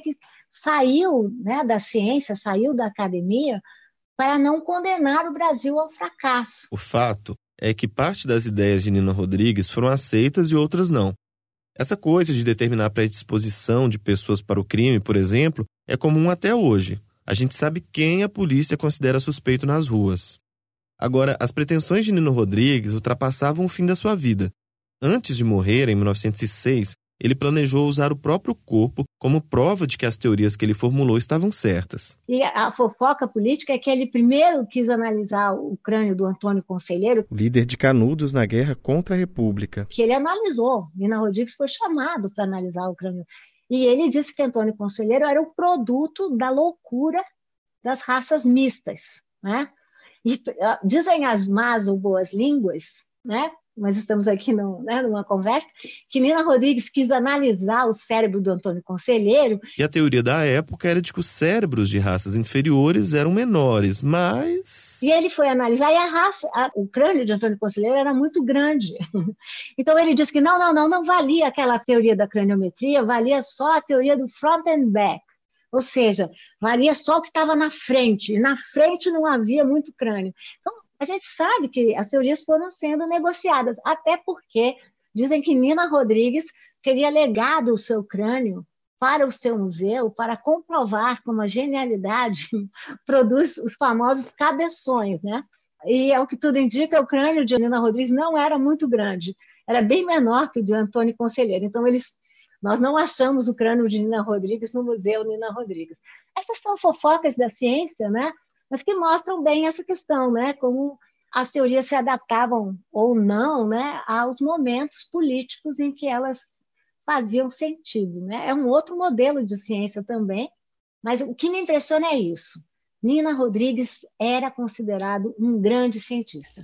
saiu, né, da ciência, saiu da academia para não condenar o Brasil ao fracasso. O fato é que parte das ideias de Nina Rodrigues foram aceitas e outras não. Essa coisa de determinar a predisposição de pessoas para o crime, por exemplo, é comum até hoje. A gente sabe quem a polícia considera suspeito nas ruas. Agora, as pretensões de Nina Rodrigues ultrapassavam o fim da sua vida. Antes de morrer, em 1906, ele planejou usar o próprio corpo como prova de que as teorias que ele formulou estavam certas. E a fofoca política é que ele primeiro quis analisar o crânio do Antônio Conselheiro, o líder de Canudos na guerra contra a República. Que ele analisou. Nina Rodrigues foi chamado para analisar o crânio. E ele disse que Antônio Conselheiro era o produto da loucura das raças mistas, né? E dizem as más ou boas línguas, né? Mas estamos aqui numa conversa, que Nina Rodrigues quis analisar o cérebro do Antônio Conselheiro. E a teoria da época era de que os cérebros de raças inferiores eram menores, mas... E ele foi analisar e o crânio de Antônio Conselheiro era muito grande. Então ele disse que não valia aquela teoria da craniometria, valia só a teoria do front and back. Ou seja, valia só o que estava na frente, e na frente não havia muito crânio. Então, a gente sabe que as teorias foram sendo negociadas, até porque dizem que Nina Rodrigues teria legado o seu crânio para o seu museu, para comprovar como a genialidade produz os famosos cabeções, né? E, ao que tudo indica, o crânio de Nina Rodrigues não era muito grande, era bem menor que o de Antônio Conselheiro. Então, nós não achamos o crânio de Nina Rodrigues no Museu Nina Rodrigues. Essas são fofocas da ciência, né? Mas que mostram bem essa questão, né? Como as teorias se adaptavam ou não, né, aos momentos políticos em que elas faziam sentido, né? É um outro modelo de ciência também, mas o que me impressiona é isso. Nina Rodrigues era considerado um grande cientista.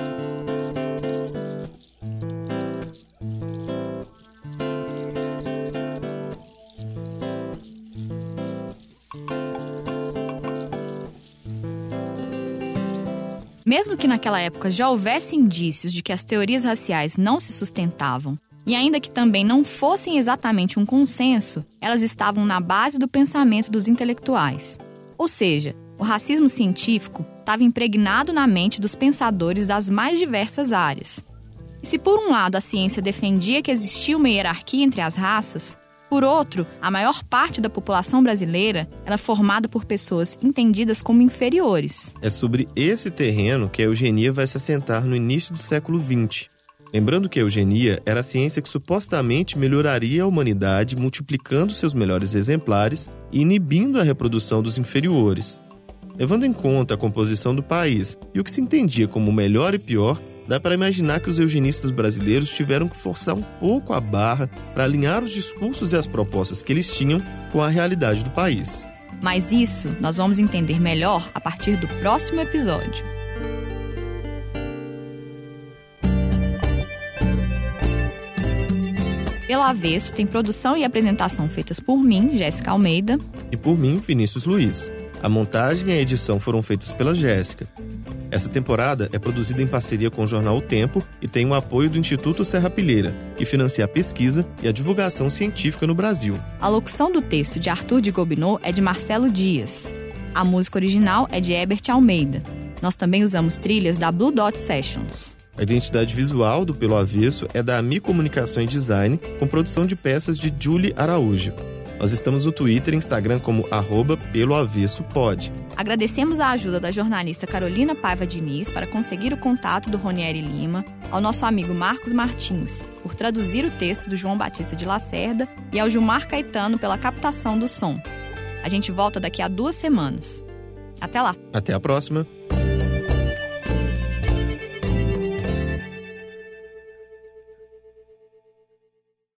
Mesmo que naquela época já houvesse indícios de que as teorias raciais não se sustentavam, e ainda que também não fossem exatamente um consenso, elas estavam na base do pensamento dos intelectuais. Ou seja, o racismo científico estava impregnado na mente dos pensadores das mais diversas áreas. E se por um lado a ciência defendia que existia uma hierarquia entre as raças, por outro, a maior parte da população brasileira era formada por pessoas entendidas como inferiores. É sobre esse terreno que a eugenia vai se assentar no início do século XX. Lembrando que a eugenia era a ciência que supostamente melhoraria a humanidade multiplicando seus melhores exemplares e inibindo a reprodução dos inferiores. Levando em conta a composição do país e o que se entendia como melhor e pior, dá para imaginar que os eugenistas brasileiros tiveram que forçar um pouco a barra para alinhar os discursos e as propostas que eles tinham com a realidade do país. Mas isso nós vamos entender melhor a partir do próximo episódio. Pelo Avesso tem produção e apresentação feitas por mim, Jéssica Almeida. E por mim, Vinícius Luiz. A montagem e a edição foram feitas pela Jéssica. Essa temporada é produzida em parceria com o jornal O Tempo e tem o apoio do Instituto Serrapilheira, que financia a pesquisa e a divulgação científica no Brasil. A locução do texto de Arthur de Gobineau é de Marcelo Dias. A música original é de Herbert Almeida. Nós também usamos trilhas da Blue Dot Sessions. A identidade visual do Pelo Avesso é da AMI Comunicação e Design, com produção de peças de Julie Araújo. Nós estamos no Twitter e Instagram como @peloavessopod. Agradecemos a ajuda da jornalista Carolina Paiva Diniz para conseguir o contato do Ronieri Lima, ao nosso amigo Marcos Martins, por traduzir o texto do João Batista de Lacerda e ao Gilmar Caetano pela captação do som. A gente volta daqui a 2 semanas. Até lá! Até a próxima!